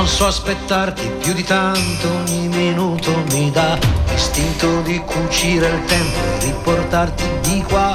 Non so aspettarti più di tanto, ogni minuto mi dà l'istinto di cucire il tempo e riportarti di qua.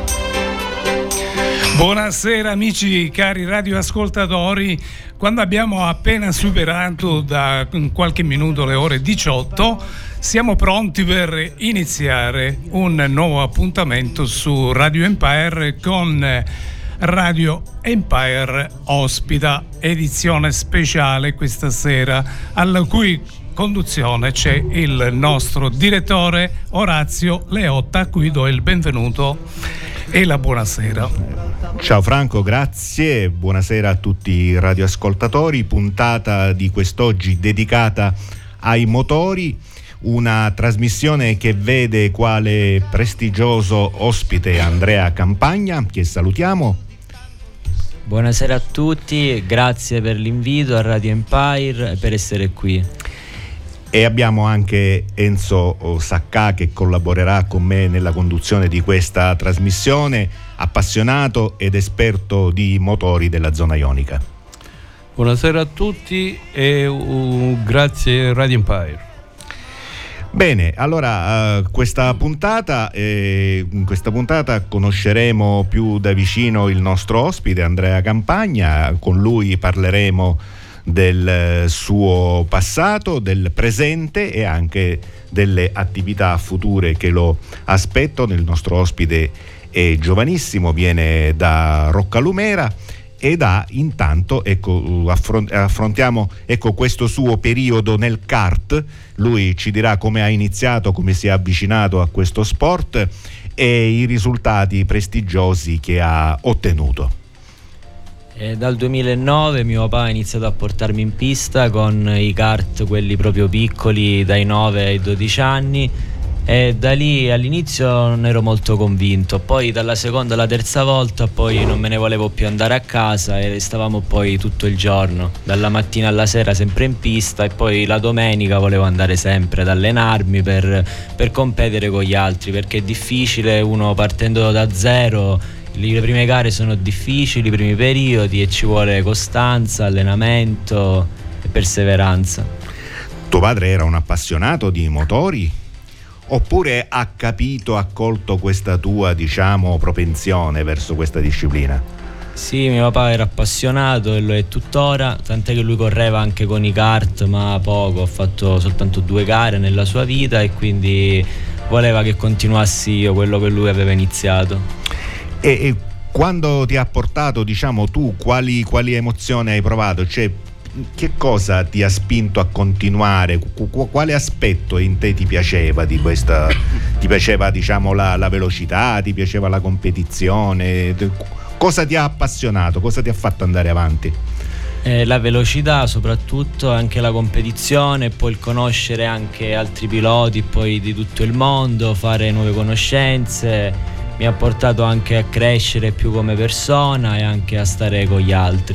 Buonasera amici, cari radioascoltatori. Quando abbiamo appena superato da qualche minuto le ore 18, siamo pronti per iniziare un nuovo appuntamento su Radio Empire con Radio Empire ospita edizione speciale questa sera, alla cui conduzione c'è il nostro direttore Orazio Leotta, a cui do il benvenuto e la buonasera. Ciao Franco, grazie, buonasera a tutti i radioascoltatori. Puntata di quest'oggi dedicata ai motori, una trasmissione che vede quale prestigioso ospite Andrea Campagna, che salutiamo. Buonasera a tutti, grazie per l'invito a Radio Empire e per essere qui. E abbiamo anche Enzo Saccà che collaborerà con me nella conduzione di questa trasmissione, appassionato ed esperto di motori della zona ionica. Buonasera a tutti e grazie Radio Empire. Bene, allora in questa puntata conosceremo più da vicino il nostro ospite Andrea Campagna. Con lui parleremo del suo passato, del presente e anche delle attività future che lo aspettano. Il nostro ospite è giovanissimo, viene da Roccalumera e intanto affrontiamo questo suo periodo nel kart. Lui ci dirà come ha iniziato, come si è avvicinato a questo sport e i risultati prestigiosi che ha ottenuto. Dal 2009 mio papà ha iniziato a portarmi in pista con i kart, quelli proprio piccoli, dai 9 ai 12 anni, e da lì all'inizio non ero molto convinto, poi dalla seconda alla terza volta poi non me ne volevo più andare a casa e stavamo poi tutto il giorno, dalla mattina alla sera sempre in pista, e poi la domenica volevo andare sempre ad allenarmi per competere con gli altri, perché è difficile, uno partendo da zero. Le prime gare sono difficili, i primi periodi, e ci vuole costanza, allenamento e perseveranza. Tuo padre era un appassionato di motori? Oppure ha colto questa tua, propensione verso questa disciplina? Sì, mio papà era appassionato e lo è tuttora, tant'è che lui correva anche con i kart, ma poco, ha fatto soltanto 2 gare nella sua vita e quindi voleva che continuassi io quello che lui aveva iniziato. E quando ti ha portato, tu, quali emozioni hai provato? Cioè, che cosa ti ha spinto a continuare? Quale aspetto in te ti piaceva di questa? Ti piaceva, la velocità? Ti piaceva la competizione? Cosa ti ha appassionato? Cosa ti ha fatto andare avanti? La velocità, soprattutto, anche la competizione, poi il conoscere anche altri piloti poi di tutto il mondo, fare nuove conoscenze. Mi ha portato anche a crescere più come persona e anche a stare con gli altri.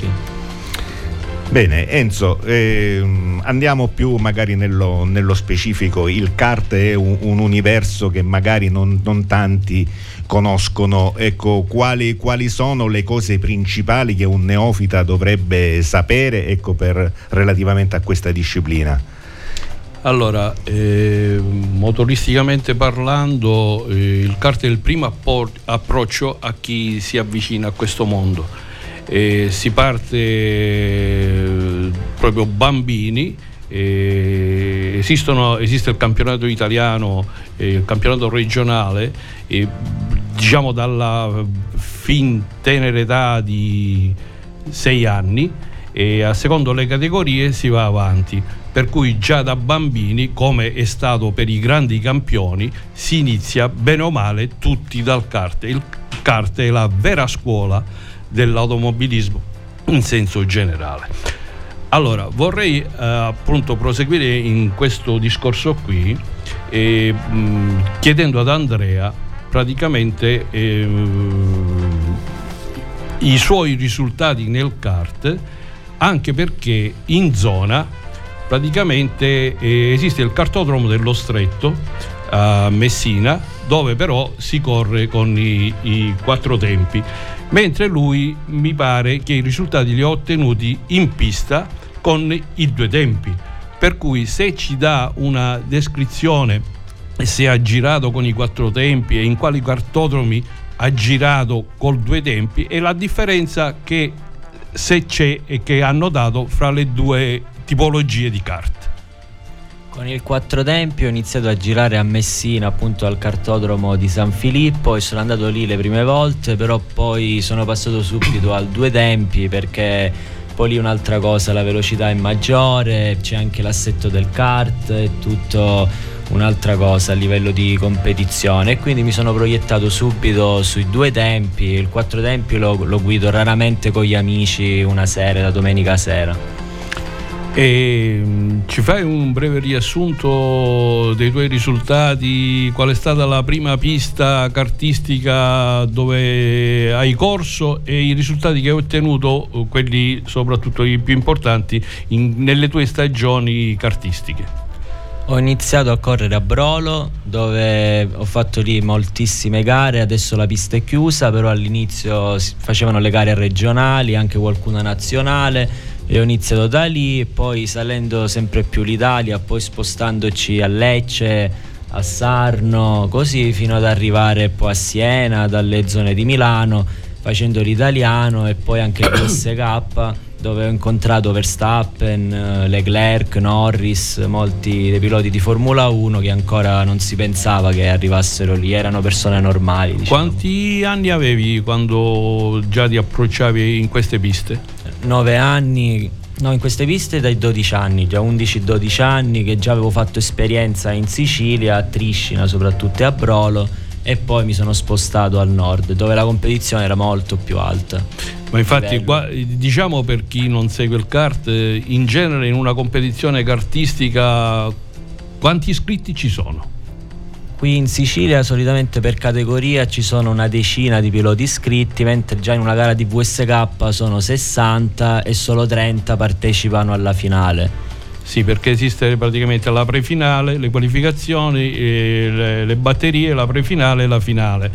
Bene, Enzo, andiamo più magari nello specifico. Il kart è un universo che magari non tanti conoscono. Ecco, quali sono le cose principali che un neofita dovrebbe sapere, relativamente a questa disciplina? Allora, motoristicamente parlando, il kart è il primo approccio a chi si avvicina a questo mondo. Si parte proprio bambini, esiste il campionato italiano, il campionato regionale, dalla fin tenera età di 6 anni, e a secondo le categorie si va avanti, per cui già da bambini, come è stato per i grandi campioni, si inizia bene o male tutti dal kart. Il kart è la vera scuola dell'automobilismo in senso generale. Allora, vorrei appunto proseguire in questo discorso qui, chiedendo ad Andrea praticamente i suoi risultati nel kart, anche perché in zona praticamente esiste il kartodromo dello Stretto a Messina, dove però si corre con i 4 tempi, mentre lui mi pare che i risultati li ha ottenuti in pista con i 2 tempi, per cui se ci dà una descrizione se ha girato con i 4 tempi e in quali cartodromi ha girato col 2 tempi, e la differenza che se c'è e che hanno dato fra le 2 tipologie di kart. Con il 4 tempi ho iniziato a girare a Messina, appunto al cartodromo di San Filippo, e sono andato lì le prime volte, però poi sono passato subito al 2 tempi perché poi lì un'altra cosa, la velocità è maggiore, c'è anche l'assetto del kart, è tutto un'altra cosa a livello di competizione, e quindi mi sono proiettato subito sui 2 tempi. Il 4 tempi lo guido raramente con gli amici una sera, la domenica sera. E ci fai un breve riassunto dei tuoi risultati? Qual è stata la prima pista kartistica dove hai corso e i risultati che hai ottenuto, quelli soprattutto i più importanti, nelle tue stagioni kartistiche? Ho iniziato a correre a Brolo, dove ho fatto lì moltissime gare. Adesso la pista è chiusa, però all'inizio si facevano le gare regionali, anche qualcuna nazionale, e ho iniziato da lì, poi salendo sempre più l'Italia, poi spostandoci a Lecce, a Sarno, così fino ad arrivare poi a Siena, dalle zone di Milano, facendo l'italiano, e poi anche il DSK, dove ho incontrato Verstappen, Leclerc, Norris, molti dei piloti di Formula 1 che ancora non si pensava che arrivassero lì, erano persone normali, diciamo. Quanti anni avevi quando già ti approcciavi in queste piste? 9 anni, no, in queste piste dai 12 anni, già 11-12 anni, che già avevo fatto esperienza in Sicilia, a Triscina soprattutto, e a Brolo, e poi mi sono spostato al nord, dove la competizione era molto più alta. Ma infatti diciamo, per chi non segue il kart, in genere in una competizione kartistica quanti iscritti ci sono? Qui in Sicilia solitamente per categoria ci sono una decina di piloti iscritti, mentre già in una gara di VSK sono 60 e solo 30 partecipano alla finale. Sì, perché esiste praticamente la prefinale, le qualificazioni, le batterie, la prefinale e la finale.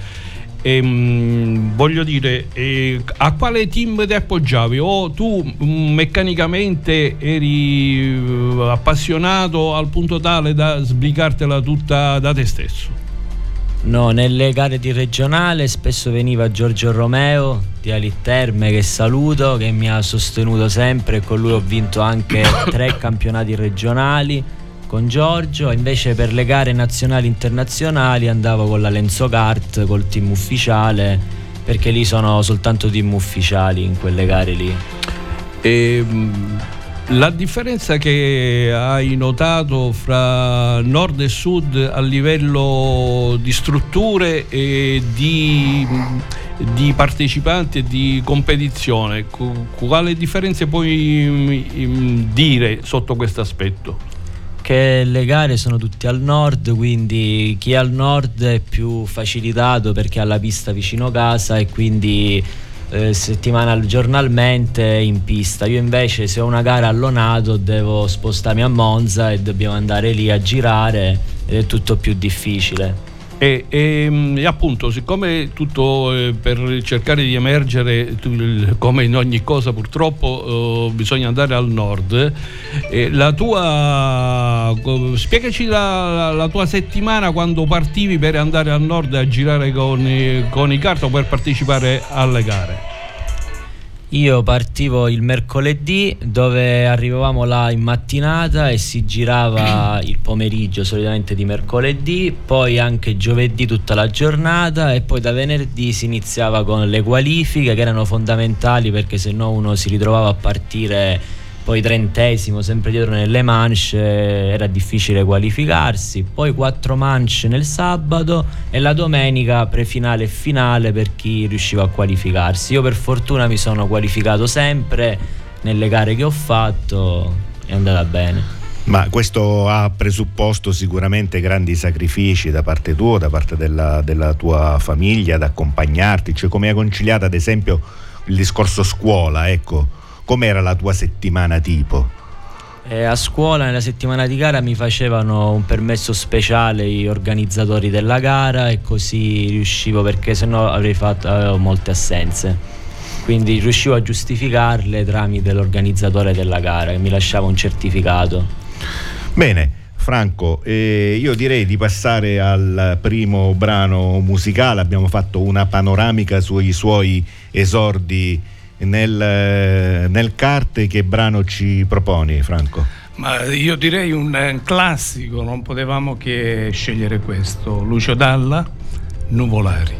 Voglio dire, a quale team ti appoggiavi? O tu meccanicamente eri appassionato al punto tale da sbrigartela tutta da te stesso? No, nelle gare di regionale spesso veniva Giorgio Romeo di Alitterme, che saluto, che mi ha sostenuto sempre, e con lui ho vinto anche 3 campionati regionali con Giorgio. Invece per le gare nazionali e internazionali andavo con la Lenzo Kart, col team ufficiale, perché lì sono soltanto team ufficiali in quelle gare lì. La differenza che hai notato fra nord e sud a livello di strutture e di partecipanti e di competizione, quale differenza puoi dire sotto questo aspetto? Che le gare sono tutte al nord, quindi chi è al nord è più facilitato perché ha la pista vicino casa, e quindi giornalmente in pista. Io invece, se ho una gara a Lonato, devo spostarmi a Monza e dobbiamo andare lì a girare, ed è tutto più difficile. E appunto, siccome tutto per cercare di emergere, come in ogni cosa purtroppo bisogna andare al nord, spiegaci la tua settimana quando partivi per andare al nord a girare con i kart o per partecipare alle gare. Io partivo il mercoledì, dove arrivavamo là in mattinata e si girava il pomeriggio solitamente di mercoledì, poi anche giovedì tutta la giornata, e poi da venerdì si iniziava con le qualifiche, che erano fondamentali perché se no uno si ritrovava a partire poi 30esimo, sempre dietro nelle manche, era difficile qualificarsi. Poi 4 manche nel sabato e la domenica prefinale e finale per chi riusciva a qualificarsi. Io per fortuna mi sono qualificato sempre nelle gare che ho fatto, è andata bene. Ma questo ha presupposto sicuramente grandi sacrifici da parte tua, da parte della tua famiglia, ad accompagnarti, cioè come hai conciliato ad esempio il discorso scuola, ecco. Com'era la tua settimana tipo? A scuola nella settimana di gara mi facevano un permesso speciale gli organizzatori della gara, e così riuscivo, perché sennò avrei fatto molte assenze. quindi riuscivo a giustificarle tramite l'organizzatore della gara che mi lasciava un certificato. Bene, Franco, io direi di passare al primo brano musicale. Abbiamo fatto una panoramica sui suoi esordi nel kart. Che brano ci proponi, Franco? Ma io direi un classico, non potevamo che scegliere questo. Lucio Dalla, Nuvolari.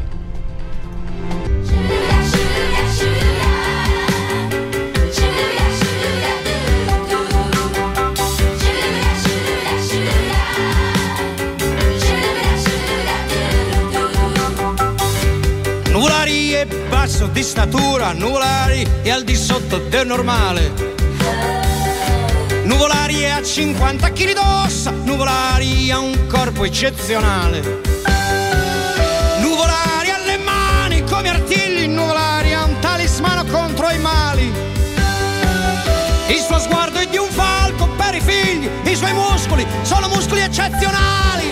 Nuvolari è basso di statura, Nuvolari è al di sotto del normale. Nuvolari è a 50 kg d'ossa, Nuvolari ha un corpo eccezionale. Nuvolari ha le mani come artigli, Nuvolari ha un talismano contro i mali. Il suo sguardo è di un falco per i figli, i suoi muscoli sono muscoli eccezionali.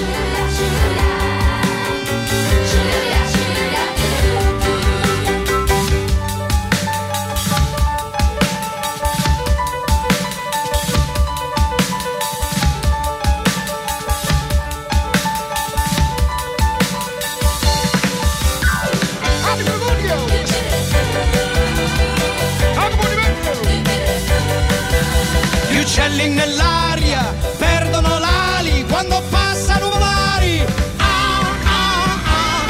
Uccelli nell'aria perdono l'ali quando passa Nuvolari. Ah, ah, ah.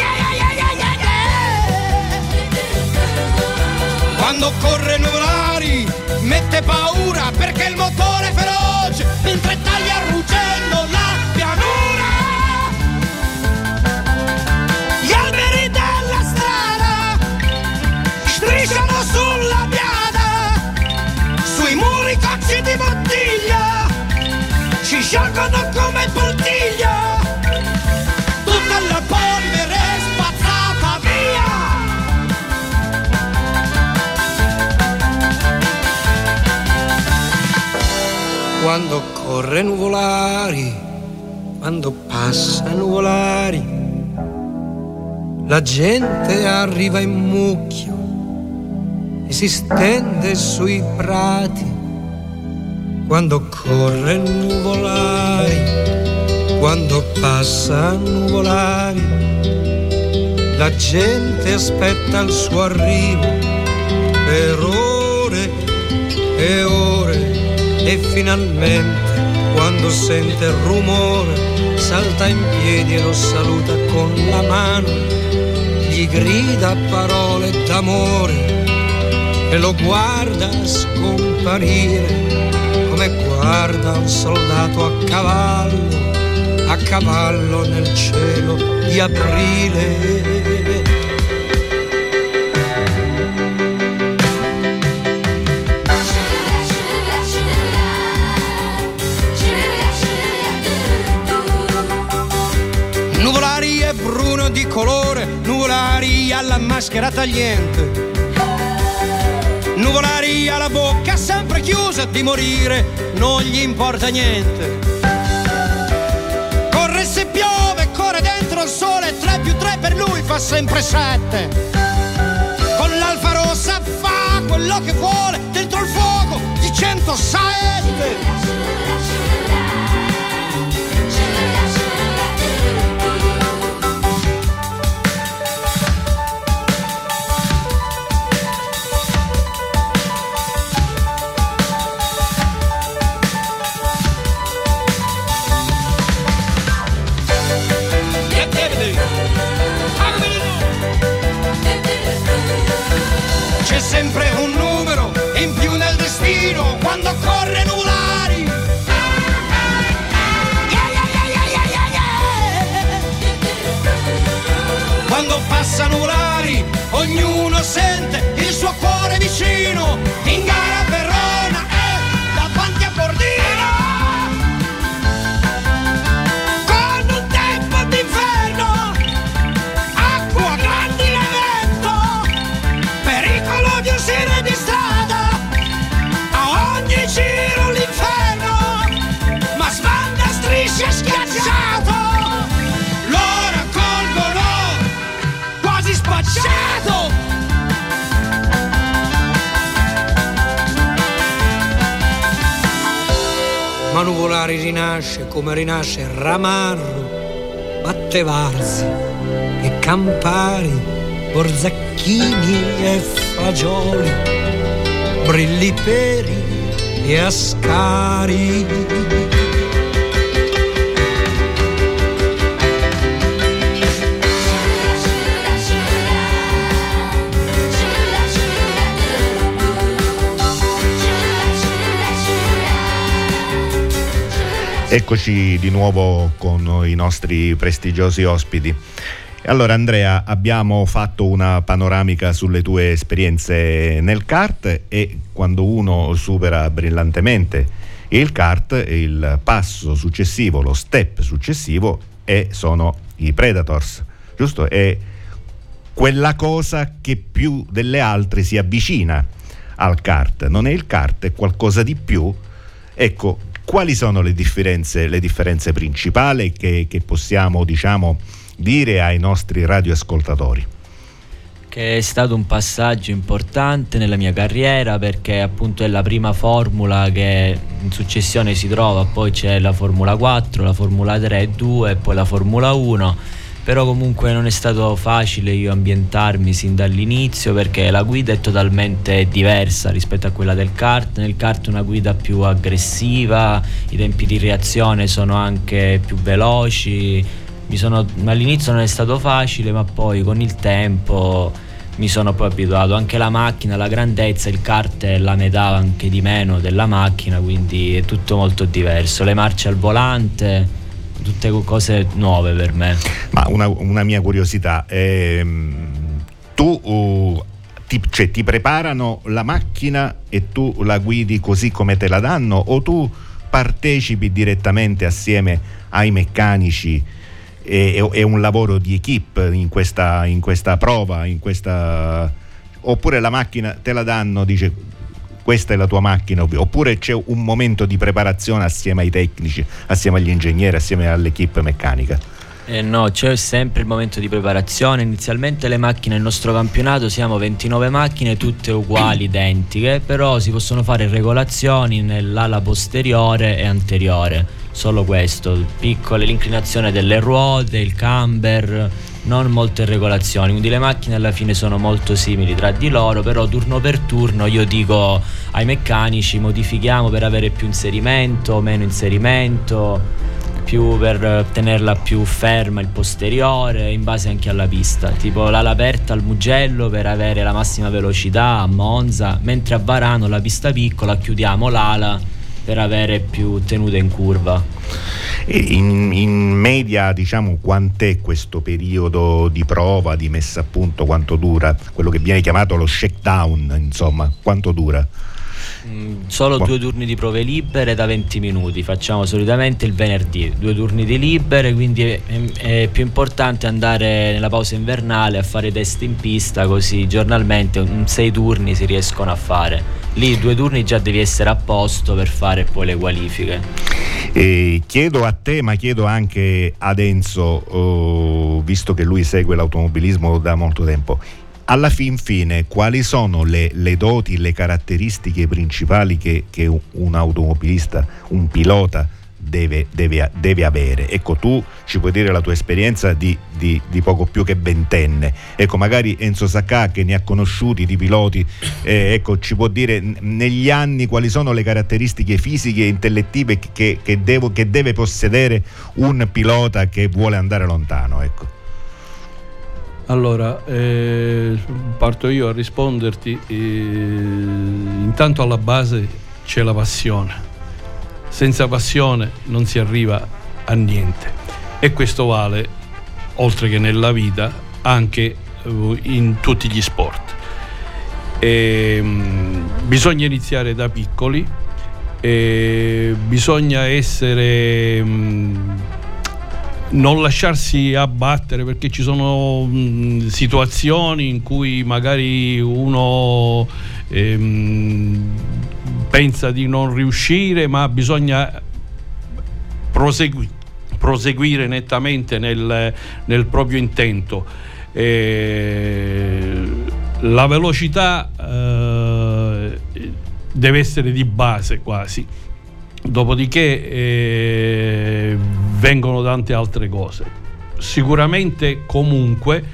Quando corre Nuvolari mette paura perché il motore è feroce mentre taglia ruggendo la pianura. Gli alberi della strada strisciano sulla piada, sui muri cocci di bottiglia ci sciolgono come poltiglia, tutta la polvere è spazzata via. Quando corre Nuvolari, quando passa Nuvolari, la gente arriva in mucchio e si stende sui prati. Quando corre Nuvolari, quando passa Nuvolari, la gente aspetta il suo arrivo per ore e ore, e finalmente quando sente il rumore salta in piedi e lo saluta con la mano, gli grida parole d'amore e lo guarda scomparire come guarda un soldato a cavallo nel cielo di aprile. Nuvolari è bruno di colore, Nuvolari ha la maschera tagliente. Nuvolari ha la bocca sempre chiusa, di morire non gli importa niente. Corre se piove, corre dentro il sole, 3 più 3 per lui fa sempre 7. Con l'Alfa Rossa fa quello che vuole, dentro il fuoco di 107. C'è sempre un numero in più ma Nuvolari rinasce come rinasce Ramarro, Battevarsi e Campari, Borzacchini e Fagioli, Brilli Peri e Ascari. Eccoci di nuovo con i nostri prestigiosi ospiti. Allora Andrea, abbiamo fatto una panoramica sulle tue esperienze nel kart e quando uno supera brillantemente il kart, il passo successivo, lo step successivo sono i Predators, giusto? È quella cosa che più delle altre si avvicina al kart. Non è il kart, è qualcosa di più. Ecco, quali sono le differenze principali che possiamo, diciamo, dire ai nostri radioascoltatori? Che è stato un passaggio importante nella mia carriera, perché appunto è la prima formula che in successione si trova, poi c'è la Formula 4, la Formula 3 e 2 e poi la Formula 1. Però comunque non è stato facile io ambientarmi sin dall'inizio, perché la guida è totalmente diversa rispetto a quella del kart. Nel kart una guida più aggressiva, i tempi di reazione sono anche più veloci. All'inizio non è stato facile, ma poi con il tempo mi sono poi abituato. Anche la macchina, la grandezza, il kart è la metà anche di meno della macchina, quindi è tutto molto diverso. Le marce al volante, tutte cose nuove per me. Ma una mia curiosità, tu ti preparano la macchina e tu la guidi così come te la danno, o tu partecipi direttamente assieme ai meccanici? È un lavoro di equipe in questa prova, oppure la macchina te la danno, dice questa è la tua macchina, oppure c'è un momento di preparazione assieme ai tecnici, assieme agli ingegneri, assieme all'equipe meccanica? No, c'è sempre il momento di preparazione. Inizialmente le macchine nel nostro campionato siamo 29 macchine, tutte uguali, identiche, però si possono fare regolazioni nell'ala posteriore e anteriore, solo questo, piccole, l'inclinazione delle ruote, il camber, non molte regolazioni, quindi le macchine alla fine sono molto simili tra di loro, però turno per turno io dico ai meccanici modifichiamo per avere più inserimento, meno inserimento, più per tenerla più ferma il posteriore, in base anche alla pista, tipo l'ala aperta al Mugello per avere la massima velocità a Monza, mentre a Varano la pista piccola chiudiamo l'ala per avere più tenuta in curva. In media, diciamo, quant'è questo periodo di prova, di messa a punto, quanto dura? Quello che viene chiamato lo shakedown, insomma, quanto dura? Solo 2 turni di prove libere da 20 minuti, facciamo solitamente il venerdì 2 turni di libere, quindi è più importante andare nella pausa invernale a fare test in pista, così giornalmente 6 turni si riescono a fare. Lì 2 turni già devi essere a posto per fare poi le qualifiche. Chiedo a te, ma chiedo anche ad Enzo, visto che lui segue l'automobilismo da molto tempo, alla fine quali sono le doti, le caratteristiche principali che un automobilista, un pilota deve avere? Ecco, tu ci puoi dire la tua esperienza di poco più che ventenne. Ecco, magari Enzo Saccà, che ne ha conosciuti di piloti, ecco, ci può dire negli anni quali sono le caratteristiche fisiche e intellettive che deve possedere un pilota che vuole andare lontano, ecco. Allora, parto io a risponderti. Intanto alla base c'è la passione. Senza passione non si arriva a niente, e questo vale, oltre che nella vita, anche in tutti gli sport. Bisogna iniziare da piccoli, bisogna essere... non lasciarsi abbattere, perché ci sono situazioni in cui magari uno pensa di non riuscire, ma bisogna proseguire nettamente nel proprio intento. La velocità deve essere di base quasi, dopodiché vengono tante altre cose. Sicuramente comunque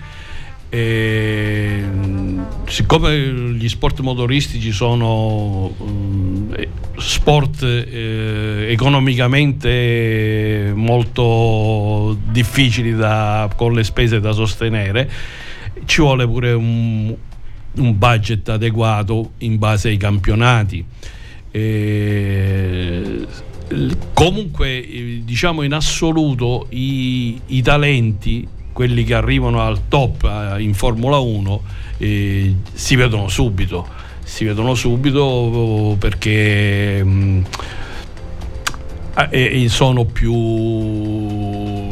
siccome gli sport motoristici sono sport economicamente molto difficili con le spese da sostenere, ci vuole pure un budget adeguato in base ai campionati. Comunque diciamo in assoluto i talenti, quelli che arrivano al top in Formula 1, si vedono subito perché sono più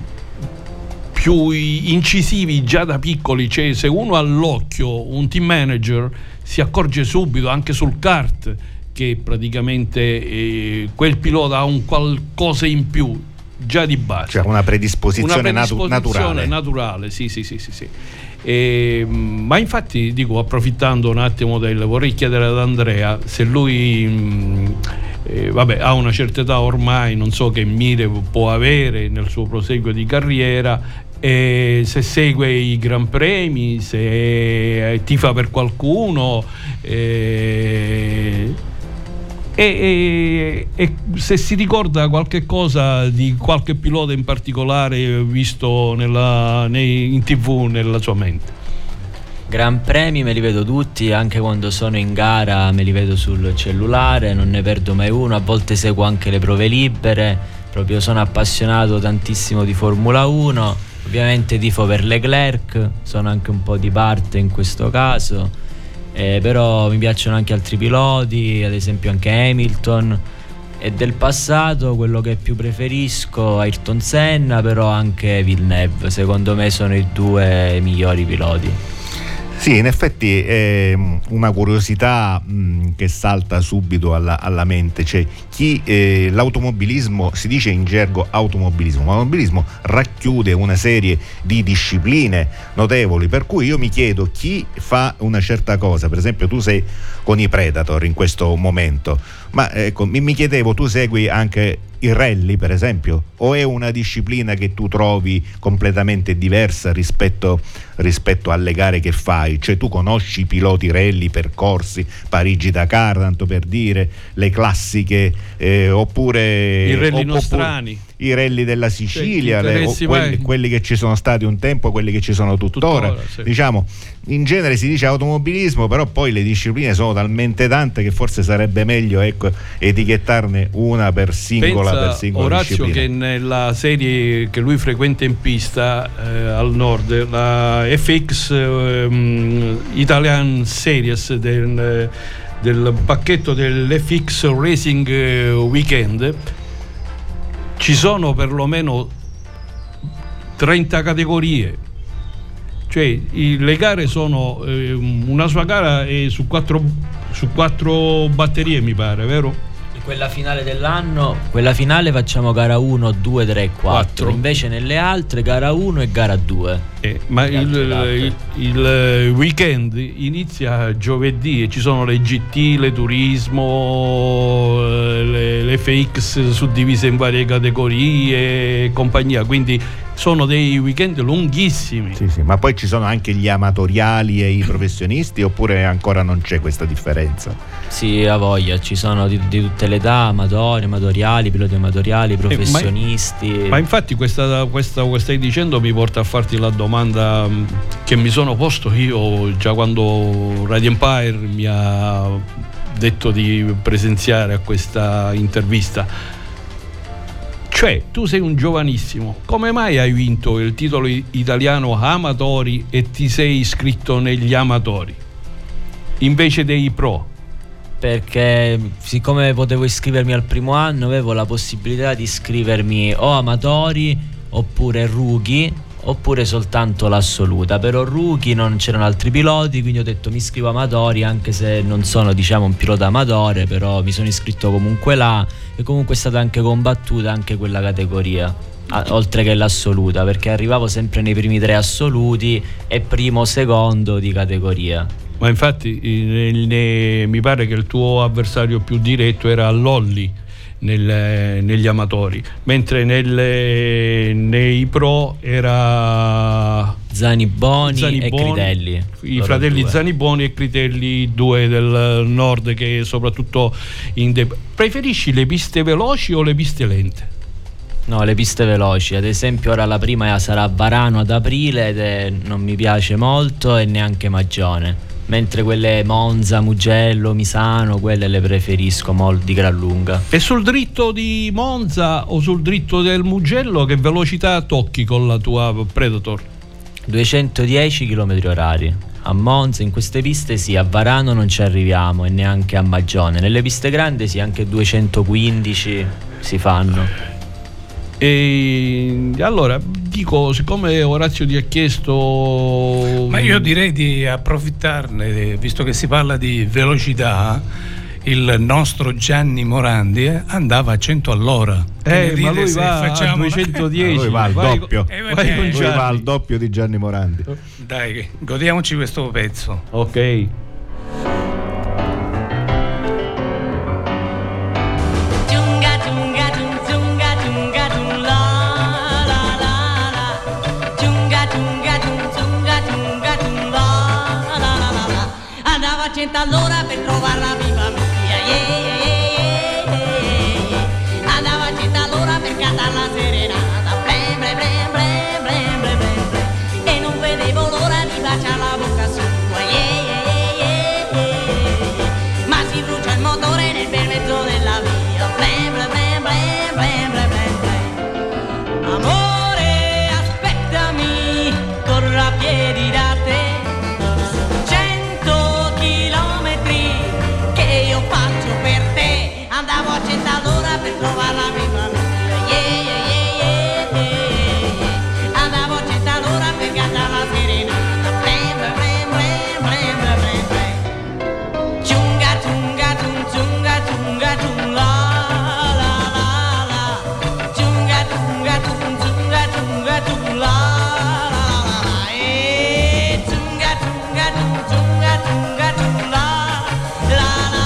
incisivi già da piccoli. Cioè, se uno ha l'occhio, un team manager si accorge subito anche sul kart che praticamente quel pilota ha un qualcosa in più già di base, cioè una predisposizione naturale. Sì. Ma infatti dico, approfittando un attimo vorrei chiedere ad Andrea se lui ha una certa età ormai, non so che mire può avere nel suo proseguo di carriera, e se segue i Gran Premi, se tifa per qualcuno, e se si ricorda qualche cosa di qualche pilota in particolare visto in TV nella sua mente. Gran Premi me li vedo tutti, anche quando sono in gara me li vedo sul cellulare, non ne perdo mai uno. A volte seguo anche le prove libere, proprio sono appassionato tantissimo di Formula 1. Ovviamente tifo per Leclerc, sono anche un po' di parte in questo caso. Però mi piacciono anche altri piloti, ad esempio anche Hamilton, e del passato quello che più preferisco Ayrton Senna, però anche Villeneuve, secondo me sono i due migliori piloti. Sì, in effetti è una curiosità che salta subito alla mente, cioè l'automobilismo, si dice in gergo l'automobilismo racchiude una serie di discipline notevoli, per cui io mi chiedo chi fa una certa cosa. Per esempio tu sei con i Predator in questo momento, ma ecco, mi chiedevo, tu segui anche il rally per esempio, o è una disciplina che tu trovi completamente diversa rispetto alle gare che fai? Cioè tu conosci i piloti rally, percorsi, Parigi-Dakar tanto per dire, le classiche, oppure i rally nostrani, i rally della Sicilia, quelli che ci sono stati un tempo, quelli che ci sono tuttora sì. Diciamo, in genere si dice automobilismo, però poi le discipline sono talmente tante che forse sarebbe meglio, ecco, etichettarne una per singola Orazio disciplina. Che nella serie che lui frequenta in pista al nord, la FX Italian Series del pacchetto dell'FX Racing Weekend, ci sono perlomeno 30 categorie. Cioè le gare sono una sua gara è su quattro batterie, mi pare, vero? Quella finale dell'anno, quella finale facciamo gara 1, 2, 3, 4. Invece nelle altre gara 1 e gara 2. Ma il weekend inizia giovedì e ci sono le GT, le turismo, le FX suddivise in varie categorie e compagnia, quindi sono dei weekend lunghissimi. Sì, ma poi ci sono anche gli amatoriali e i professionisti, oppure ancora non c'è questa differenza? Sì, a voglia, ci sono di tutte le età, amatoriali, piloti amatoriali, professionisti. Ma infatti questa che stai dicendo mi porta a farti la domanda che mi sono posto io già quando Radio Empire mi ha detto di presenziare a questa intervista. Cioè, tu sei un giovanissimo, come mai hai vinto il titolo italiano amatori e ti sei iscritto negli amatori invece dei pro? Perché siccome potevo iscrivermi al primo anno, avevo la possibilità di iscrivermi o amatori oppure rookie oppure soltanto l'assoluta. Però rookie non c'erano altri piloti, quindi ho detto mi iscrivo amatori, anche se non sono un pilota amatore, però mi sono iscritto comunque là, e comunque è stata anche combattuta anche quella categoria, oltre che l'assoluta, perché arrivavo sempre nei primi 3 assoluti e primo secondo di categoria. Ma infatti mi pare che il tuo avversario più diretto era Lolli, negli amatori, mentre nei pro era Zaniboni e Critelli, i fratelli due. Zaniboni e Critelli, due del nord, che soprattutto preferisci le piste veloci o le piste lente? No, le piste veloci, ad esempio ora la prima sarà a Varano ad aprile non mi piace molto, e neanche Magione, mentre quelle Monza, Mugello, Misano, quelle le preferisco molto di gran lunga. E sul dritto di Monza o sul dritto del Mugello che velocità tocchi con la tua Predator? 210 km/h. A Monza, in queste piste sì, a Varano non ci arriviamo, e neanche a Magione. Nelle piste grandi sì, anche 215 si fanno. E allora dico, siccome Orazio ti ha chiesto, Ma io direi di approfittarne, visto che si parla di velocità. Il nostro Gianni Morandi andava a 100 all'ora. ma lui va a 210. Lui va al doppio. Vai con Lui va al doppio di Gianni Morandi. Dai, godiamoci questo pezzo. Ok. Andava a 100 all'ora per trovare la viva mia, andava a 100 all'ora per cantare la serenata, blem, blem, blem, blem, blem, blem, blem, blem. E non vedevo l'ora di baciare la bocca sua, ma si brucia il motore nel bel mezzo della via, blem, blem, blem, blem, blem, blem, blem, blem. Amore, aspettami, corro a piedi da te. Andavo a 100 all'ora per trovare la viva mia, andavo a 100 all'ora per cantare la serenata, blem, blem, blem, blem, blem, blem, blem. Ciunga, ciunga, ciunga, ciunga, ciunga, la, la, la, la. Ciunga, ciunga, ciunga, ciunga, ciunga, la, la, la, la. Ciunga, ciunga, ciunga, ciunga, ciunga, la, la, la.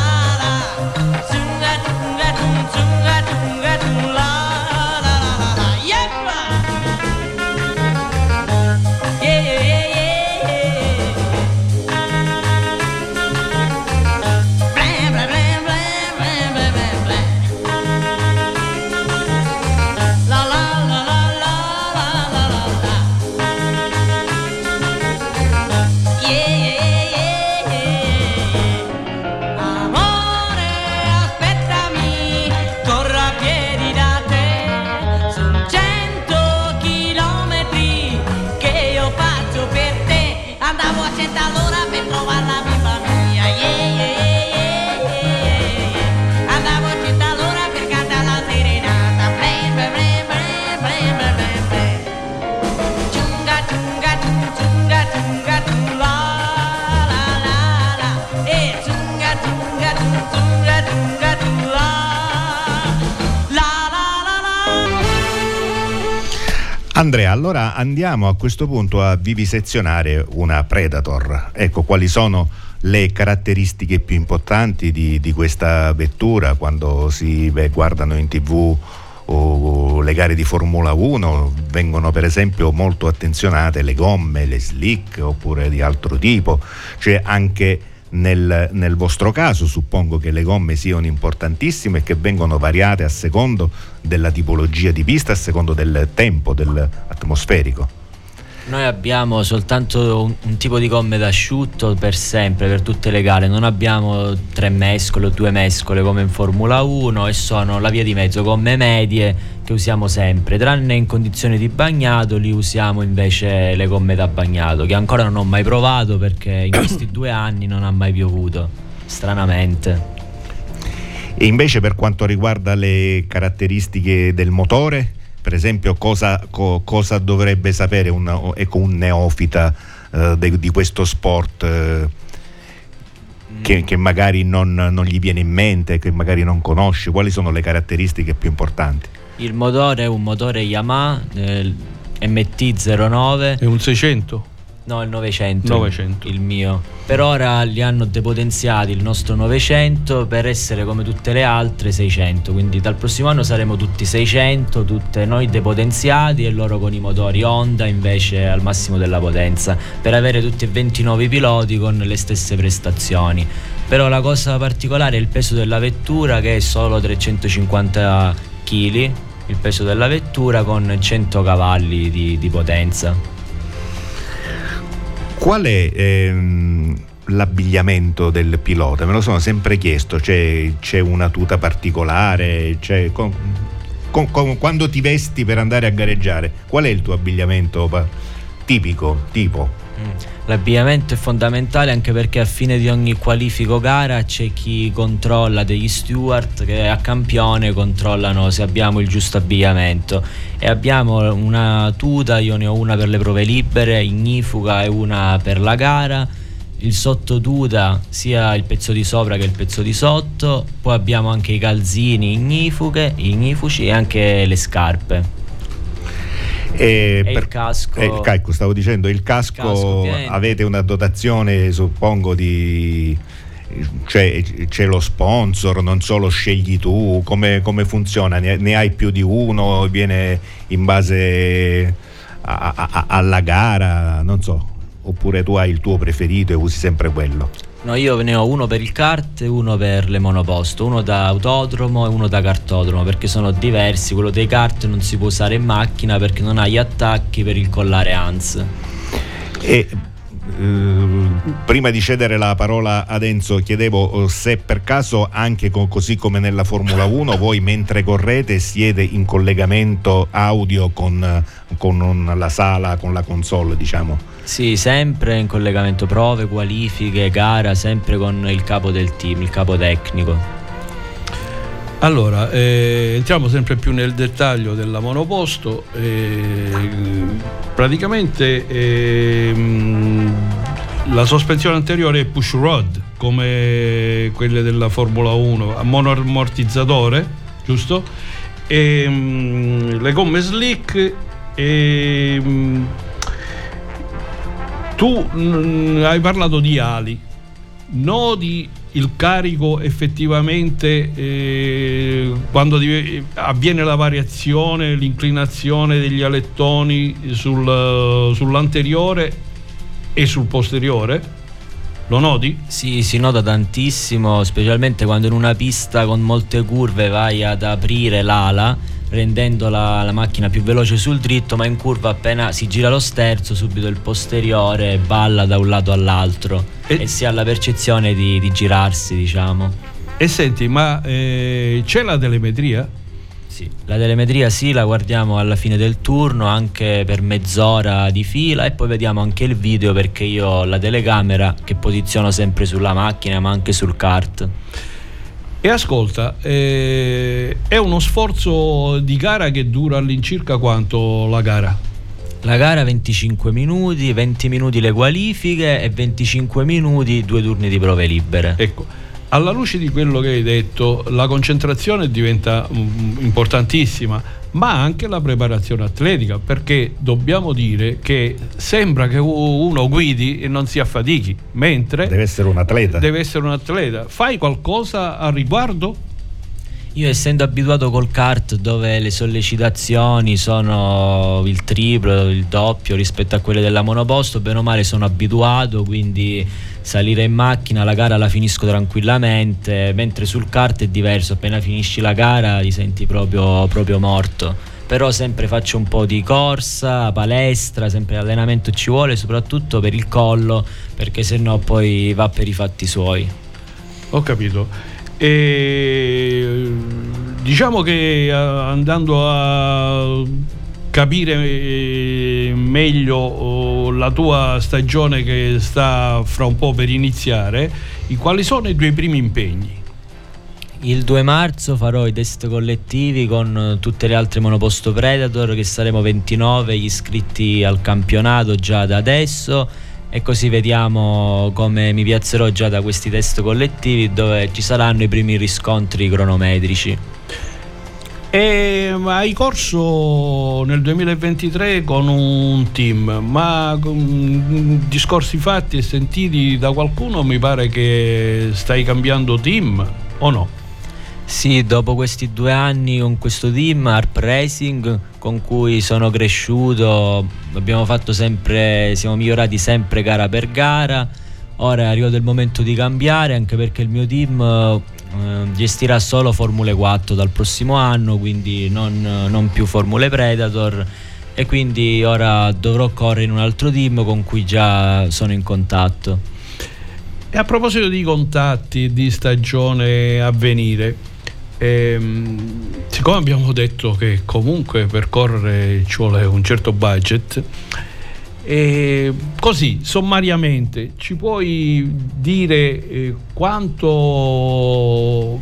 Andavo a 100 all'ora per trovare la bimba mia, andavo a 100 all'ora per cantare la serenata, blem, blem, blem, blem, blem, blem, blem. Ciunga, ciunga, ciunga, ciunga, ciunga, la, la, la, la. Ciunga, ciunga, ciunga, ciunga, ciunga, la, la, la, la. Andrea, allora andiamo a questo punto a vivisezionare una Predator. Ecco, quali sono le caratteristiche più importanti di questa vettura quando si guardano in TV o le gare di Formula 1? Vengono per esempio molto attenzionate le gomme, le slick oppure di altro tipo, cioè anche nel vostro caso suppongo che le gomme siano importantissime e che vengono variate a secondo della tipologia di pista, a secondo del tempo dell'atmosferico. Noi abbiamo soltanto un tipo di gomme d'asciutto per sempre, per tutte le gare. Non abbiamo 3 mescole o 2 mescole come in Formula 1, e sono la via di mezzo, gomme medie che usiamo sempre, tranne in condizioni di bagnato. Lì usiamo invece le gomme da bagnato, che ancora non ho mai provato perché in questi 2 anni non ha mai piovuto, stranamente. E invece per quanto riguarda le caratteristiche del motore, per esempio cosa dovrebbe sapere un neofita di questo sport che magari non gli viene in mente, che magari non conosce? Quali sono le caratteristiche più importanti? Il motore è un motore Yamaha MT-09. È un 600? No, il 900. Il mio. Per ora li hanno depotenziati il nostro 900 per essere come tutte le altre 600. Quindi dal prossimo anno saremo tutti 600, tutte noi depotenziati e loro con i motori Honda invece al massimo della potenza, per avere tutti e 29 piloti con le stesse prestazioni. Però la cosa particolare è il peso della vettura, che è solo 350 kg, il peso della vettura con 100 cavalli di potenza. Qual è l'abbigliamento del pilota? Me lo sono sempre chiesto. C'è una tuta particolare? Quando ti vesti per andare a gareggiare, qual è il tuo abbigliamento tipico? L'abbigliamento è fondamentale, anche perché a fine di ogni qualifico gara c'è chi controlla, degli steward che a campione controllano se abbiamo il giusto abbigliamento, e abbiamo una tuta, io ne ho una per le prove libere, ignifuga, e una per la gara, il sottotuta sia il pezzo di sopra che il pezzo di sotto, poi abbiamo anche i calzini ignifuci e anche le scarpe. Il casco. Stavo dicendo, il casco avete una dotazione, suppongo, c'è lo sponsor, non solo scegli tu, come funziona? Ne hai più di uno, viene in base alla gara, non so, oppure tu hai il tuo preferito e usi sempre quello? No, io ne ho uno per il kart e uno per le monoposto, uno da autodromo e uno da kartodromo, perché sono diversi. Quello dei kart non si può usare in macchina perché non ha gli attacchi per il collare ANS. E prima di cedere la parola ad Enzo, chiedevo se per caso anche così come nella Formula 1 voi mentre correte siete in collegamento audio con la sala, con la console, diciamo. Sì, sempre in collegamento prove, qualifiche, gara, sempre con il capo del team, il capo tecnico. Allora, entriamo sempre più nel dettaglio della monoposto. Praticamente la sospensione anteriore è push rod, come quelle della Formula 1, a monoammortizzatore, giusto? Le gomme slick tu hai parlato di ali, noti il carico effettivamente quando avviene la variazione, l'inclinazione degli alettoni sull'anteriore e sul posteriore? Lo noti? Sì, si nota tantissimo, specialmente quando in una pista con molte curve vai ad aprire l'ala, rendendo la macchina più veloce sul dritto, ma in curva appena si gira lo sterzo subito il posteriore balla da un lato all'altro e si ha la percezione di girarsi, diciamo. E senti, ma c'è la telemetria? Sì, la telemetria sì, la guardiamo alla fine del turno, anche per mezz'ora di fila, e poi vediamo anche il video, perché io ho la telecamera che posiziono sempre sulla macchina ma anche sul kart. E ascolta, è uno sforzo di gara che dura all'incirca quanto la gara? La gara 25 minuti, 20 minuti le qualifiche e 25 minuti 2 turni di prove libere. Ecco, alla luce di quello che hai detto, la concentrazione diventa importantissima, ma anche la preparazione atletica, perché dobbiamo dire che sembra che uno guidi e non si affatichi, mentre deve essere un atleta. Fai qualcosa a riguardo? Io, essendo abituato col kart, dove le sollecitazioni sono il triplo, il doppio rispetto a quelle della monoposto, bene o male sono abituato, quindi salire in macchina, la gara la finisco tranquillamente, mentre sul kart è diverso, appena finisci la gara ti senti proprio morto. Però sempre faccio un po' di corsa, palestra, sempre allenamento ci vuole, soprattutto per il collo, perché sennò poi va per i fatti suoi. Ho capito. E diciamo che andando a capire meglio la tua stagione che sta fra un po' per iniziare, quali sono i tuoi primi impegni? Il 2 marzo farò i test collettivi con tutte le altre monoposto Predator, che saremo 29 gli iscritti al campionato già da adesso, e così vediamo come mi piazzerò già da questi test collettivi, dove ci saranno i primi riscontri cronometrici. E hai corso nel 2023 con un team, ma discorsi fatti e sentiti da qualcuno mi pare che stai cambiando team, o no? Sì, dopo questi 2 anni con questo team Harp Racing, con cui sono cresciuto, siamo migliorati sempre gara per gara. Ora è arrivato il momento di cambiare, anche perché il mio team gestirà solo Formule 4 dal prossimo anno, quindi non più Formule Predator, e quindi ora dovrò correre in un altro team con cui già sono in contatto. E a proposito di contatti di stagione a venire, siccome abbiamo detto che comunque per correre ci vuole un certo budget, così sommariamente ci puoi dire quanto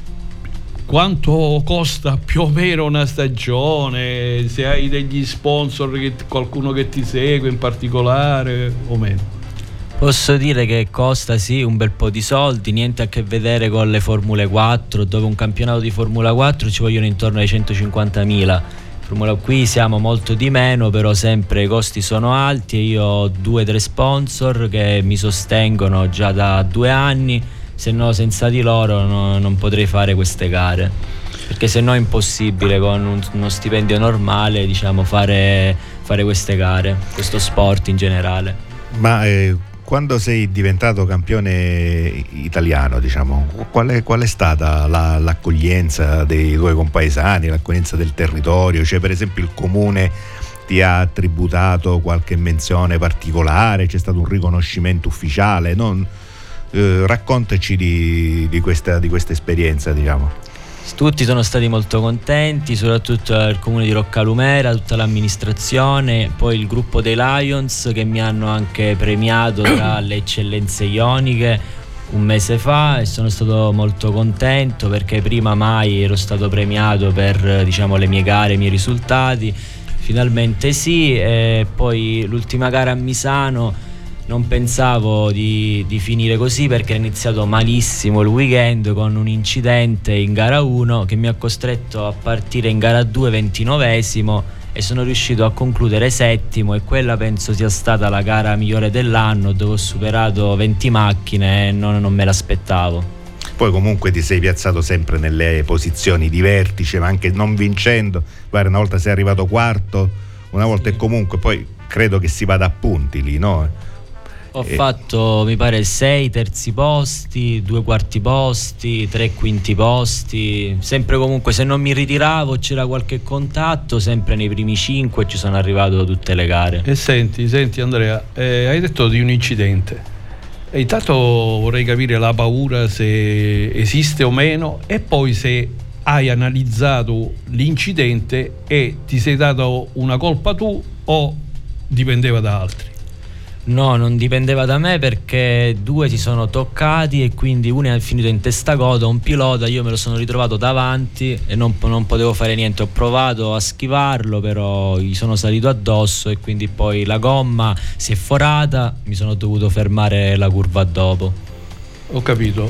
costa più o meno una stagione, se hai degli sponsor, qualcuno che ti segue in particolare o meno? Posso dire che costa sì un bel po' di soldi, niente a che vedere con le Formule 4, dove un campionato di Formula 4 ci vogliono intorno ai 150.000. Qui siamo molto di meno, però sempre i costi sono alti, e io ho 2-3 sponsor che mi sostengono già da 2 anni, se no senza di loro non potrei fare queste gare, perché se no è impossibile con uno stipendio normale, diciamo, fare queste gare, questo sport in generale. Ma quando sei diventato campione italiano, diciamo, qual è stata l'accoglienza dei tuoi compaesani, l'accoglienza del territorio? Cioè, per esempio, il comune ti ha tributato qualche menzione particolare? C'è stato un riconoscimento ufficiale? Raccontaci di questa esperienza, diciamo. Tutti sono stati molto contenti, soprattutto il comune di Roccalumera, tutta l'amministrazione, poi il gruppo dei Lions, che mi hanno anche premiato tra le eccellenze ioniche un mese fa, e sono stato molto contento perché prima mai ero stato premiato per, diciamo, le mie gare, i miei risultati. Finalmente sì. E poi l'ultima gara a Misano non pensavo di finire così, perché è iniziato malissimo il weekend con un incidente in gara 1 che mi ha costretto a partire in gara 2 29esimo, e sono riuscito a concludere 7º, e quella penso sia stata la gara migliore dell'anno, dove ho superato 20 macchine e non me l'aspettavo. Poi comunque ti sei piazzato sempre nelle posizioni di vertice, ma anche non vincendo. Guarda, una volta sei arrivato quarto, una volta, e comunque poi credo che si vada a punti lì, no? Ho fatto, mi pare, 6 terzi posti, 2 quarti posti, 3 quinti posti, sempre comunque, se non mi ritiravo c'era qualche contatto, sempre nei primi 5 ci sono arrivato tutte le gare. E senti Andrea, hai detto di un incidente, e intanto vorrei capire la paura, se esiste o meno, e poi se hai analizzato l'incidente e ti sei dato una colpa tu o dipendeva da altri. No, non dipendeva da me, perché 2 si sono toccati e quindi uno è finito in testacoda, un pilota, io me lo sono ritrovato davanti e non potevo fare niente. Ho provato a schivarlo, però gli sono salito addosso e quindi poi la gomma si è forata, mi sono dovuto fermare la curva dopo. Ho capito.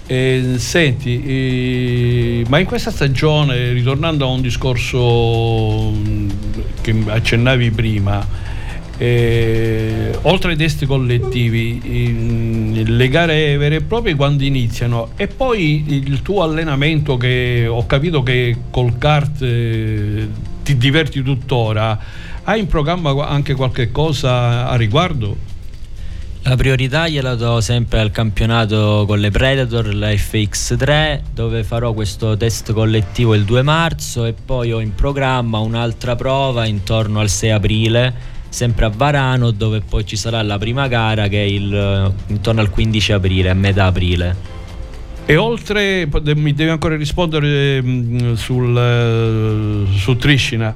Senti, ma in questa stagione, ritornando a un discorso che accennavi prima, oltre ai test collettivi, le gare vere e proprie quando iniziano, e poi il tuo allenamento, che ho capito che col kart ti diverti tuttora, hai in programma anche qualche cosa a riguardo? La priorità gliela do sempre al campionato con le Predator, la FX3, dove farò questo test collettivo il 2 marzo, e poi ho in programma un'altra prova intorno al 6 aprile, sempre a Varano, dove poi ci sarà la prima gara, che è intorno al 15 aprile, a metà aprile. E oltre, mi devi ancora rispondere su Triscina,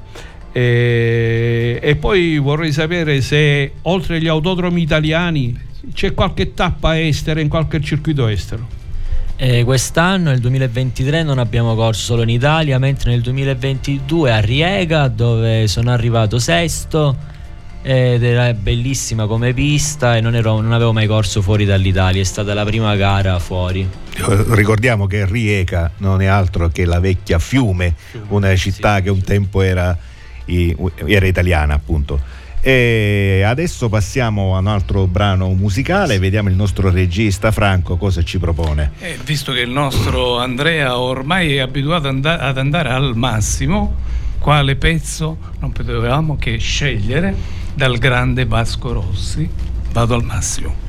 e poi vorrei sapere se oltre agli autodromi italiani c'è qualche tappa estera, in qualche circuito estero. Quest'anno, nel 2023, non abbiamo corso solo in Italia, mentre nel 2022 a Riega, dove sono arrivato sesto, ed era bellissima come pista e non avevo mai corso fuori dall'Italia, è stata la prima gara fuori. Ricordiamo che Rijeka non è altro che la vecchia Fiume, una città che un tempo era italiana, appunto. E adesso passiamo a un altro brano musicale, vediamo il nostro regista Franco cosa ci propone. Visto che il nostro Andrea ormai è abituato ad andare al massimo, quale pezzo non potevamo che scegliere dal grande Vasco Rossi? Vado al massimo.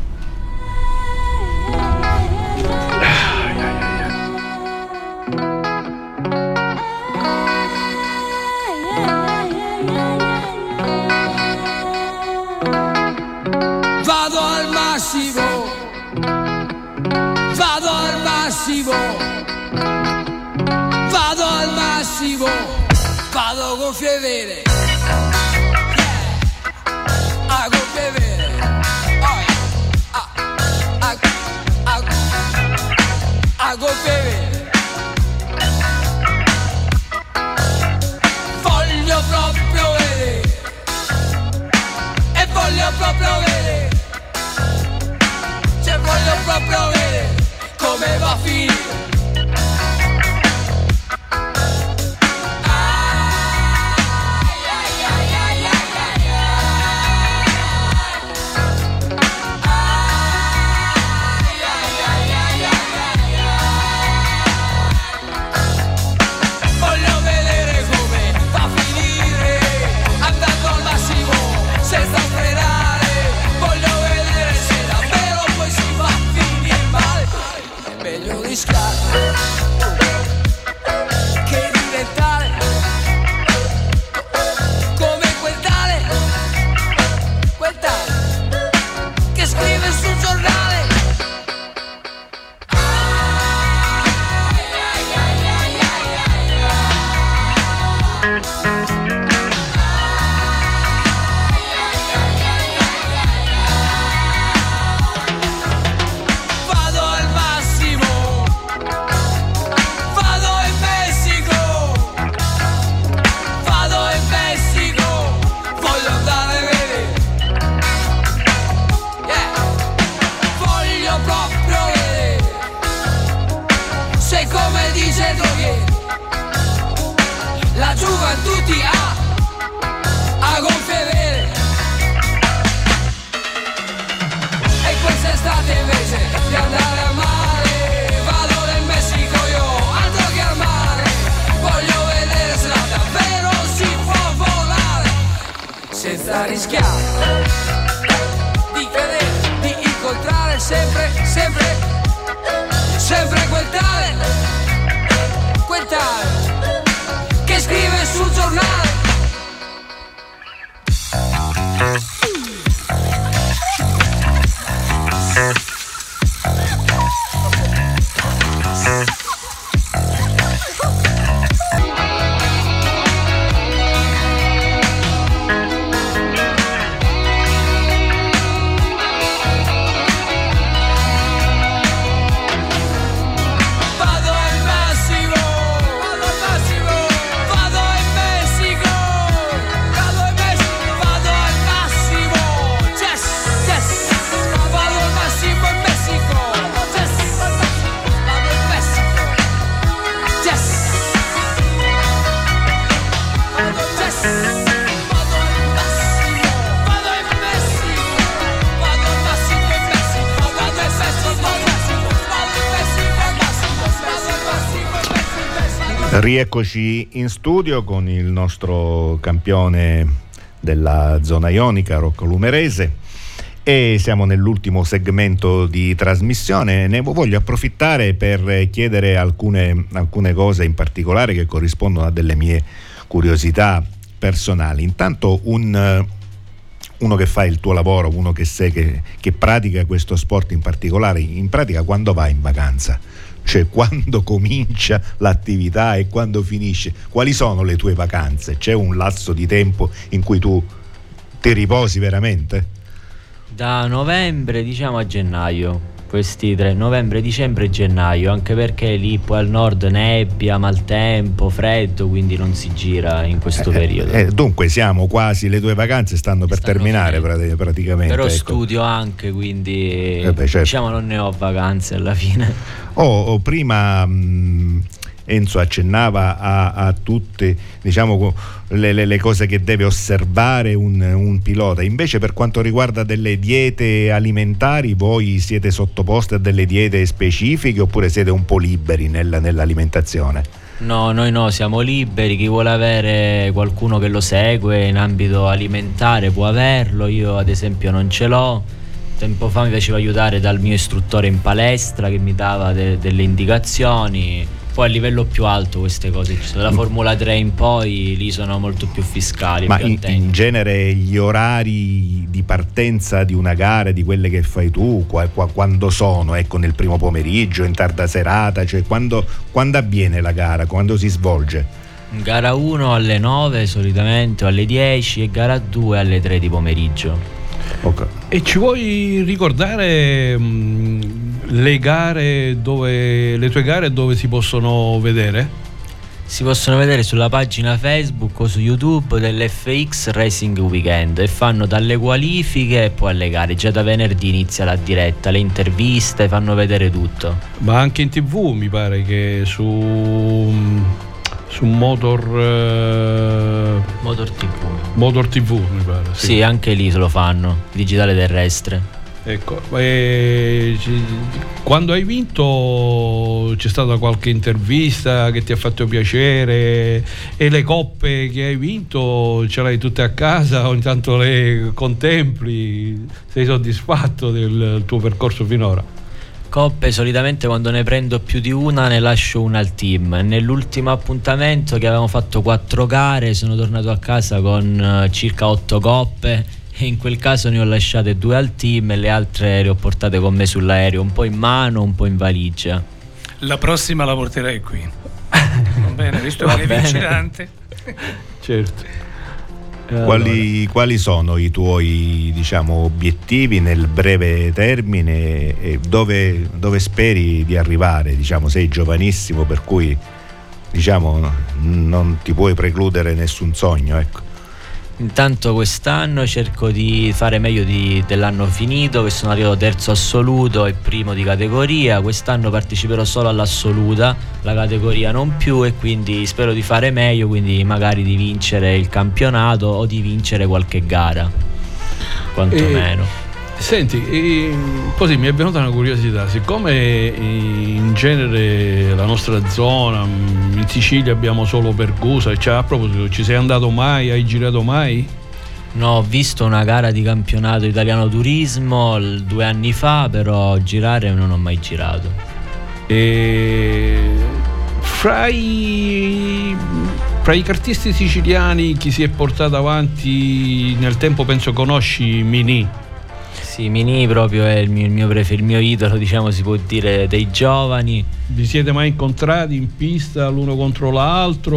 Vado al massimo, vado al massimo, vado al massimo, vado con fievere, a gonfie vere, a gonfie vere, voglio proprio vedere, e voglio proprio vedere. Voglio proprio vedere come va a finire. Voglio vedere come va a finire, andando al massimo senza frenare. Voglio vedere se davvero poi si va a finire male. È meglio rischiare che diventare come quel tale che scrive sul giornale. Vado al massimo, vado in Messico, vado in Messico, voglio andare a vedere, voglio proprio vedere, se come dice Droghieri, la gioventù ti ha a gonfie vere. E quest'estate invece di andare a mare, vado nel Messico io, altro che al mare. Voglio vedere se davvero si può volare, senza rischiare di cadere, di incontrare sempre, sempre, sempre quel tale che scrive sul giornale. Vado al massimo, vado al massimo, vado in Messico, vado in Messico, vado al massimo, yes, yes, vado al massimo in Messico, yes, vado in Messico, yes, vado, yes, vado al massimo, vado in Messico, vado al massimo in Messico, vado in Messico, vado in Messico, vado in Messico, vado al massimo in Messico. Rieccoci in studio con il nostro campione della zona ionica, Rocco Lumerese, e siamo nell'ultimo segmento di trasmissione. Ne voglio approfittare per chiedere alcune cose in particolare che corrispondono a delle mie curiosità personali. Intanto uno che fa il tuo lavoro, uno che pratica questo sport in particolare, in pratica quando vai in vacanza? Cioè quando comincia l'attività e quando finisce? Quali sono le tue vacanze? C'è un lasso di tempo in cui tu ti riposi veramente? Da novembre, diciamo, a gennaio. questi 3, novembre, dicembre e gennaio, anche perché lì poi al nord nebbia, maltempo, freddo, quindi non si gira in questo periodo. Dunque siamo quasi, le tue vacanze stanno per terminare praticamente. Però ecco. studio anche, quindi certo. diciamo non ne ho vacanze alla fine. Prima Enzo accennava a tutte, diciamo, le cose che deve osservare un pilota. Invece per quanto riguarda delle diete alimentari, voi siete sottoposti a delle diete specifiche oppure siete un po' liberi nell'alimentazione? No, noi no, siamo liberi, chi vuole avere qualcuno che lo segue in ambito alimentare può averlo, io ad esempio non ce l'ho. Tempo fa mi faceva aiutare dal mio istruttore in palestra che mi dava delle indicazioni. Poi a livello più alto queste cose ci sono, dalla Formula 3 in poi lì sono molto più fiscali. Ma più in genere gli orari di partenza di una gara, di quelle che fai tu, quando sono? Ecco, nel primo pomeriggio, in tarda serata, cioè quando avviene la gara, quando si svolge? Gara 1 alle 9 solitamente o alle 10 e gara 2 alle 3 di pomeriggio. Okay. E ci vuoi ricordare le tue gare dove si possono vedere? Si possono vedere sulla pagina Facebook o su YouTube dell'FX Racing Weekend e fanno dalle qualifiche e poi alle gare. Già da venerdì inizia la diretta, le interviste, fanno vedere tutto. Ma anche in TV mi pare che su Motor TV mi pare. Sì, anche lì se lo fanno, digitale terrestre. Ecco, quando hai vinto c'è stata qualche intervista che ti ha fatto piacere, e le coppe che hai vinto ce l'hai tutte a casa, ogni tanto le contempli, sei soddisfatto del tuo percorso finora? Coppe solitamente quando ne prendo più di una ne lascio una al team. Nell'ultimo appuntamento che avevamo fatto 4 gare sono tornato a casa con circa 8 coppe e in quel caso ne ho lasciate 2 al team e le altre le ho portate con me sull'aereo, un po' in mano, un po' in valigia. La prossima la porterai qui. Va bene, visto che è vincilante. Certo. Quali sono i tuoi, diciamo, obiettivi nel breve termine e dove speri di arrivare? Diciamo, sei giovanissimo, per cui diciamo non ti puoi precludere nessun sogno, ecco. Intanto quest'anno cerco di fare meglio dell'anno finito, che sono arrivato terzo assoluto e primo di categoria. Quest'anno parteciperò solo all'assoluta, la categoria non più, e quindi spero di fare meglio, quindi magari di vincere il campionato o di vincere qualche gara, quantomeno. Senti, così mi è venuta una curiosità, siccome in genere la nostra zona, in Sicilia abbiamo solo Pergusa, cioè, a proposito, ci sei andato mai, hai girato mai? No, ho visto una gara di campionato italiano turismo 2 anni fa, però girare non ho mai girato. E fra i kartisti siciliani chi si è portato avanti nel tempo, penso conosci Mini. Sì, Mini proprio è il mio idolo, diciamo, si può dire, dei giovani. Vi siete mai incontrati in pista l'uno contro l'altro?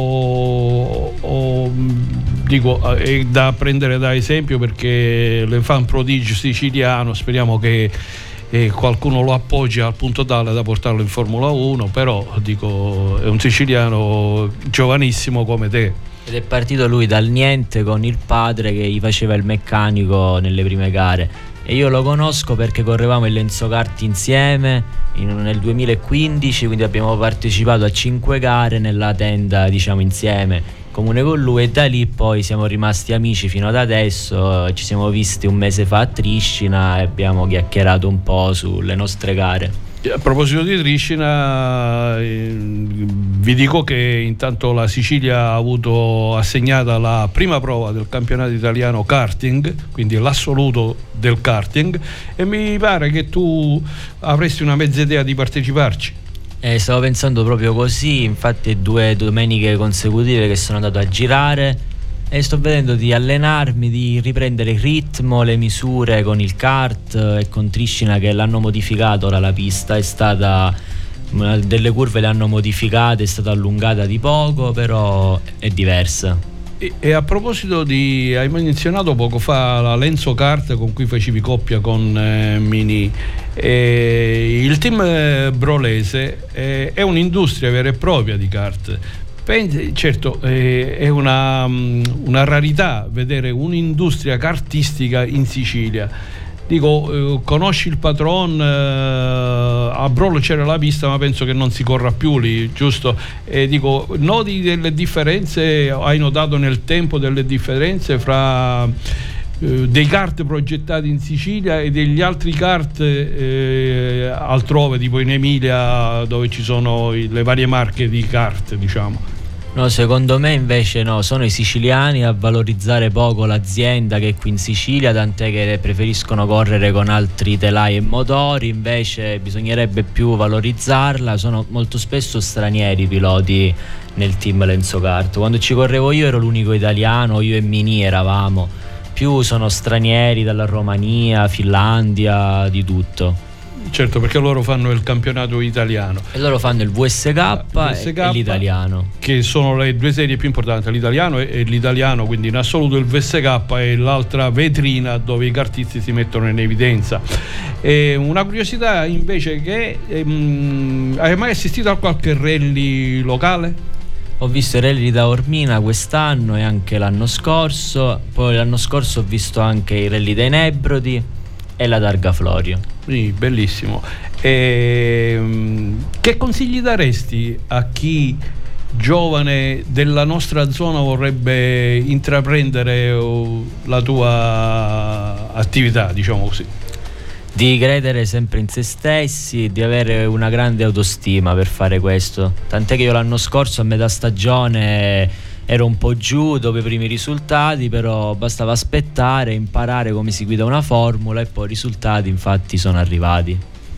O dico, è da prendere da esempio, perché l'enfant prodigio siciliano, speriamo che qualcuno lo appoggia al punto tale da portarlo in Formula 1, però dico, è un siciliano giovanissimo come te. Ed è partito lui dal niente con il padre che gli faceva il meccanico nelle prime gare, e io lo conosco perché correvamo il Lenzo Kart insieme nel 2015, quindi abbiamo partecipato a 5 gare nella tenda, diciamo, insieme, comune con lui, e da lì poi siamo rimasti amici fino ad adesso. Ci siamo visti un mese fa a Triscina e abbiamo chiacchierato un po' sulle nostre gare. A proposito di Triscina, vi dico che intanto la Sicilia ha avuto assegnata la prima prova del campionato italiano karting, quindi l'assoluto del karting, e mi pare che tu avresti una mezza idea di parteciparci. Stavo pensando proprio così, infatti 2 domeniche consecutive che sono andato a girare e sto vedendo di allenarmi, di riprendere il ritmo, le misure con il kart e con Triscina che l'hanno modificato. Ora la pista è stata, delle curve le hanno modificate, è stata allungata di poco, però è diversa. E a proposito hai menzionato poco fa la Lenzo Kart con cui facevi coppia con Mini. Il team brolese è un'industria vera e propria di kart. Certo, è una rarità vedere un'industria kartistica in Sicilia. Dico, conosci il patron, a Brolo c'era la pista, ma penso che non si corra più lì, giusto? Dico, noti delle differenze, hai notato nel tempo delle differenze fra dei kart progettati in Sicilia e degli altri kart altrove, tipo in Emilia, dove ci sono le varie marche di kart, diciamo? No, secondo me invece no, sono i siciliani a valorizzare poco l'azienda che è qui in Sicilia, tant'è che preferiscono correre con altri telai e motori, invece bisognerebbe più valorizzarla. Sono molto spesso stranieri i piloti nel team Lenzo Kart. Quando ci correvo io ero l'unico italiano, io e Mini eravamo, più sono stranieri dalla Romania, Finlandia, di tutto. Certo, perché loro fanno il campionato italiano e loro fanno il VSK e l'italiano, che sono le due serie più importanti, l'italiano e l'italiano, quindi in assoluto il VSK è l'altra vetrina dove i kartisti si mettono in evidenza. Una curiosità invece, che hai mai assistito a qualche rally locale? Ho visto i rally da Ormina quest'anno e anche l'anno scorso, poi l'anno scorso ho visto anche i rally dei Nebrodi e la Targa Florio. Sì, bellissimo. Che consigli daresti a chi giovane della nostra zona vorrebbe intraprendere la tua attività, diciamo così? Di credere sempre in se stessi, di avere una grande autostima per fare questo. Tant'è che io l'anno scorso a metà stagione ero un po' giù dopo i primi risultati, però bastava aspettare, imparare come si guida una formula e poi i risultati infatti sono arrivati.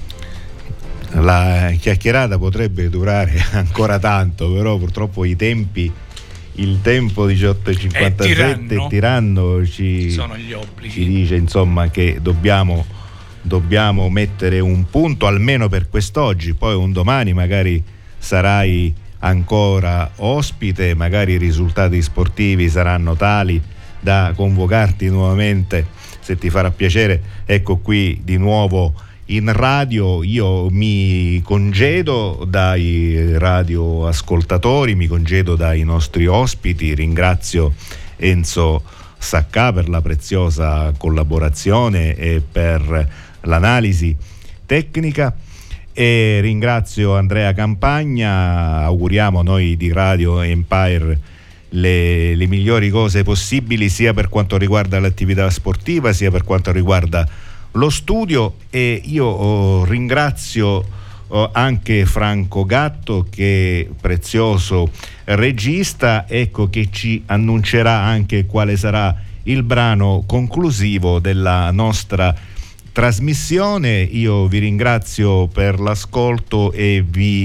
La chiacchierata potrebbe durare ancora tanto, però purtroppo il tempo 18:57 è tiranno, sono gli obblighi. Ci dice insomma che dobbiamo mettere un punto almeno per quest'oggi, poi un domani magari sarai ancora ospite, magari i risultati sportivi saranno tali da convocarti nuovamente, se ti farà piacere. Ecco qui di nuovo in radio. Io mi congedo dai radioascoltatori, mi congedo dai nostri ospiti, ringrazio Enzo Saccà per la preziosa collaborazione e per l'analisi tecnica, e ringrazio Andrea Campagna. Auguriamo noi di Radio Empire le migliori cose possibili, sia per quanto riguarda l'attività sportiva sia per quanto riguarda lo studio, e io ringrazio anche Franco Gatto, che prezioso regista, ecco, che ci annuncerà anche quale sarà il brano conclusivo della nostra trasmissione. Io vi ringrazio per l'ascolto e vi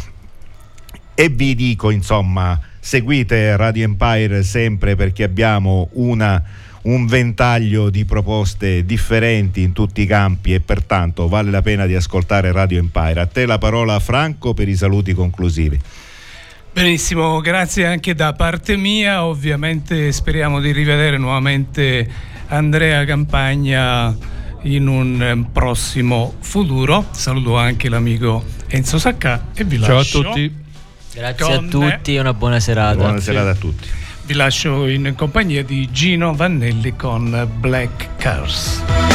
dico, insomma, seguite Radio Empire sempre, perché abbiamo un ventaglio di proposte differenti in tutti i campi e pertanto vale la pena di ascoltare Radio Empire. A te la parola, Franco, per i saluti conclusivi. Benissimo, grazie anche da parte mia. Ovviamente speriamo di rivedere nuovamente Andrea Campagna in un prossimo futuro. Saluto anche l'amico Enzo Saccà e vi lascio. Ciao a tutti. Grazie a tutti e una buona serata. Buona serata a tutti. Vi lascio in compagnia di Gino Vannelli con Black Cars.